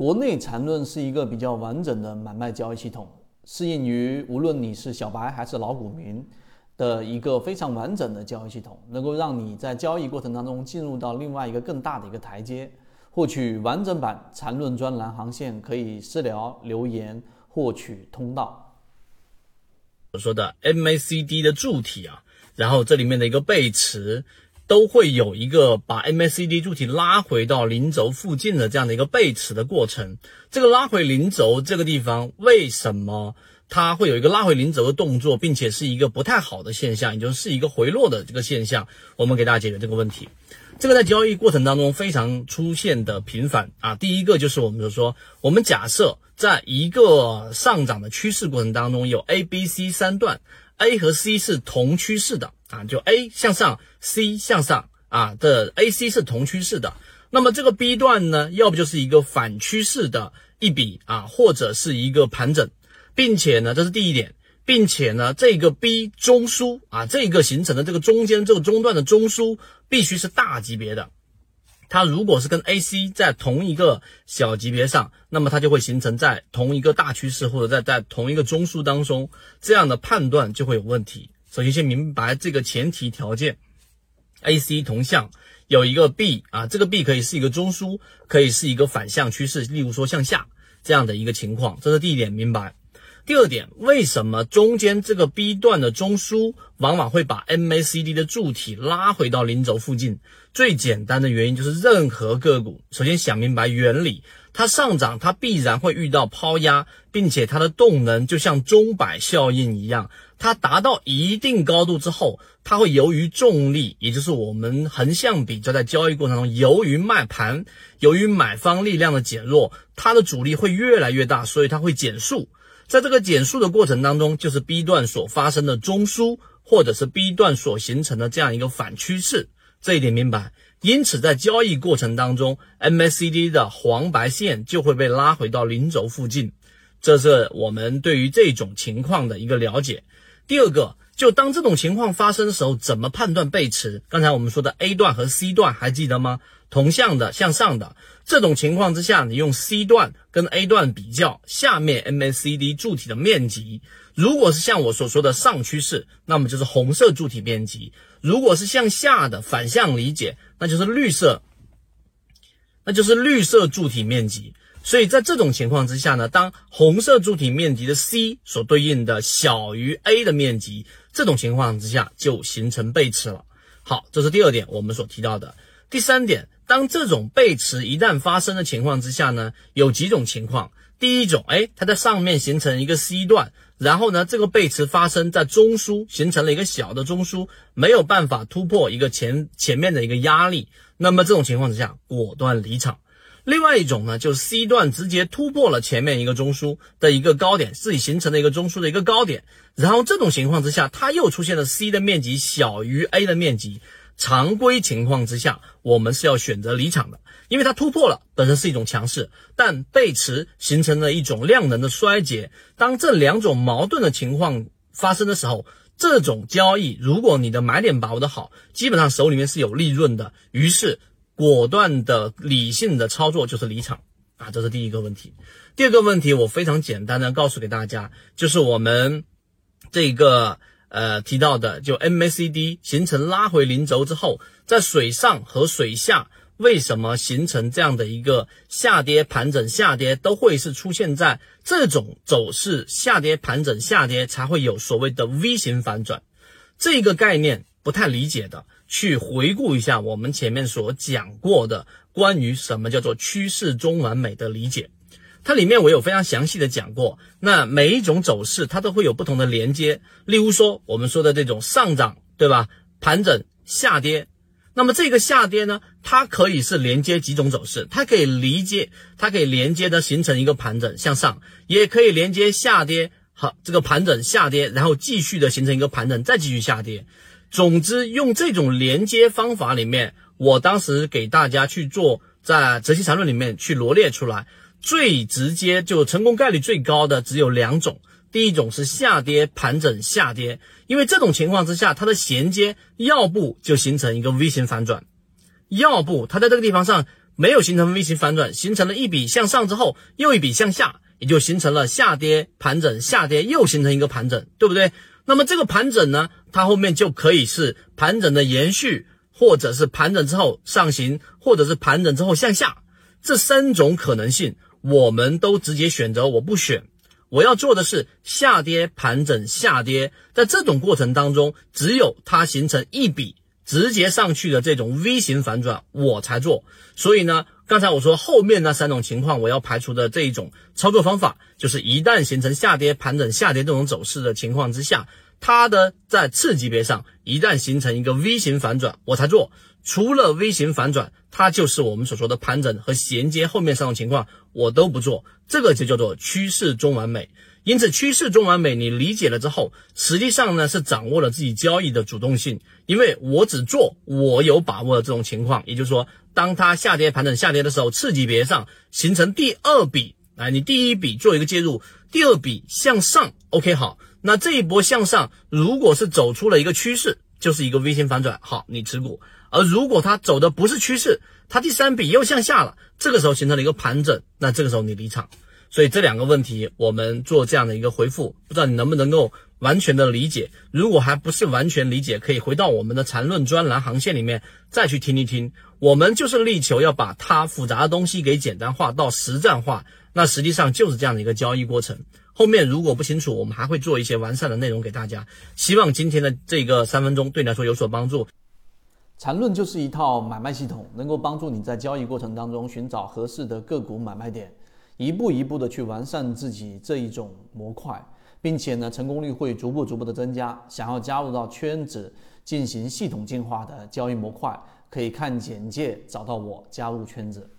国内缠论是一个比较完整的买卖交易系统，适应于无论你是小白还是老股民的一个非常完整的交易系统，能够让你在交易过程当中进入到另外一个更大的一个台阶。获取完整版缠论专栏航线，可以私聊留言获取通道。 我说的 MACD 的柱体啊，然后这里面的一个背驰都会有一个把 MACD 柱体拉回到零轴附近的这样的一个背驰的过程。这个拉回零轴这个地方，为什么它会有一个拉回零轴的动作，并且是一个不太好的现象，也就是一个回落的这个现象？我们给大家解决这个问题。这个在交易过程当中非常出现的频繁啊。第一个就是我们就说，我们假设在一个上涨的趋势过程当中有 A、B、C 三段 ，A 和 C 是同趋势的啊，就 A 向上 ，C 向上啊的 AC 是同趋势的。那么这个 B 段呢，要不就是一个反趋势的一笔啊，或者是一个盘整，并且呢，这是第一点。并且呢，这个 B 中枢啊，这个形成的这个中间这个中段的中枢必须是大级别的。它如果是跟 AC 在同一个小级别上，那么它就会形成在同一个大趋势或者在同一个中枢当中，这样的判断就会有问题。首先先明白这个前提条件 ，AC 同向有一个 B 啊，这个 B 可以是一个中枢，可以是一个反向趋势，例如说向下这样的一个情况，这是第一点明白。第二点，为什么中间这个 B 段的中枢往往会把 MACD 的柱体拉回到零轴附近？最简单的原因就是任何个股，首先想明白原理，它上涨它必然会遇到抛压，并且它的动能就像钟摆效应一样，它达到一定高度之后，它会由于重力，也就是我们横向比较在交易过程中，由于卖盘，由于买方力量的减弱，它的阻力会越来越大，所以它会减速。在这个减速的过程当中，就是 B 段所发生的中枢，或者是 B 段所形成的这样一个反趋势，这一点明白。因此在交易过程当中 MACD 的黄白线就会被拉回到零轴附近，这是我们对于这种情况的一个了解。第二个，就当这种情况发生的时候，怎么判断背驰？刚才我们说的 A 段和 C 段还记得吗？同向的向上的，这种情况之下，你用 C 段跟 A 段比较，下面 MACD 柱体的面积，如果是像我所说的上趋势，那么就是红色柱体面积；如果是向下的反向理解，那就是绿色柱体面积。所以在这种情况之下呢，当红色柱体面积的 C 所对应的小于 A 的面积，这种情况之下就形成背驰了。好，这是第二点我们所提到的。第三点，当这种背驰一旦发生的情况之下呢，有几种情况。第一种，它在上面形成一个 C 段，然后呢，这个背驰发生在中枢，形成了一个小的中枢，没有办法突破一个前面的一个压力，那么这种情况之下，果断离场。另外一种呢，就是 C 段直接突破了前面一个中枢的一个高点，自己形成的一个中枢的一个高点，然后这种情况之下，它又出现了 C 的面积小于 A 的面积。常规情况之下，我们是要选择离场的，因为它突破了，本身是一种强势，但背驰形成了一种量能的衰竭。当这两种矛盾的情况发生的时候，这种交易，如果你的买点把握的好，基本上手里面是有利润的，于是果断的理性的操作就是离场啊，这是第一个问题。第二个问题，我非常简单的告诉给大家，就是我们这个提到的，就 MACD 形成拉回零轴之后，在水上和水下为什么形成这样的一个下跌盘整下跌，都会是出现在这种走势下跌盘整下跌才会有所谓的 V 型反转。这个概念不太理解的，去回顾一下我们前面所讲过的关于什么叫做趋势中完美的理解。它里面我有非常详细的讲过，那每一种走势它都会有不同的连接，例如说我们说的这种上涨，对吧？盘整下跌，那么这个下跌呢，它可以是连接几种走势，它可以连接的形成一个盘整向上，也可以连接下跌，好，这个盘整下跌，然后继续的形成一个盘整，再继续下跌。总之，用这种连接方法里面，我当时给大家去做，在择期缠论里面去罗列出来。最直接就成功概率最高的只有两种，第一种是下跌盘整下跌，因为这种情况之下，它的衔接要不就形成一个 V 型反转，要不它在这个地方上没有形成 V 型反转，形成了一笔向上之后又一笔向下，也就形成了下跌盘整，下跌又形成一个盘整，对不对？那么这个盘整呢，它后面就可以是盘整的延续，或者是盘整之后上行，或者是盘整之后向下，这3种可能性我们都直接选择我不选。我要做的是下跌盘整下跌，在这种过程当中，只有它形成一笔直接上去的这种 V 型反转我才做。所以呢，刚才我说后面那3种情况我要排除的这一种操作方法，就是一旦形成下跌盘整下跌这种走势的情况之下，它的在次级别上一旦形成一个 V 型反转我才做。除了 V 型反转，它就是我们所说的盘整和衔接后面3种情况我都不做，这个就叫做趋势中完美。因此趋势中完美你理解了之后，实际上呢是掌握了自己交易的主动性，因为我只做我有把握的这种情况，也就是说当它下跌盘整下跌的时候，次级别上形成第2笔，你第一笔做一个介入，第2笔向上 OK 好，那这一波向上如果是走出了一个趋势，就是一个 V 型反转，好，你持股。而如果它走的不是趋势，它第3笔又向下了，这个时候形成了一个盘整，那这个时候你离场。所以这2个问题我们做这样的一个回复，不知道你能不能够完全的理解。如果还不是完全理解，可以回到我们的缠论专栏航线里面再去听一听。我们就是力求要把它复杂的东西给简单化到实战化，那实际上就是这样的一个交易过程。后面如果不清楚，我们还会做一些完善的内容给大家。希望今天的这个3分钟对你来说有所帮助。 缠论就是一套买卖系统，能够帮助你在交易过程当中寻找合适的个股买卖点，一步一步的去完善自己这一种模块，并且呢，成功率会逐步的增加。想要加入到圈子进行系统进化的交易模块，可以看简介找到我加入圈子。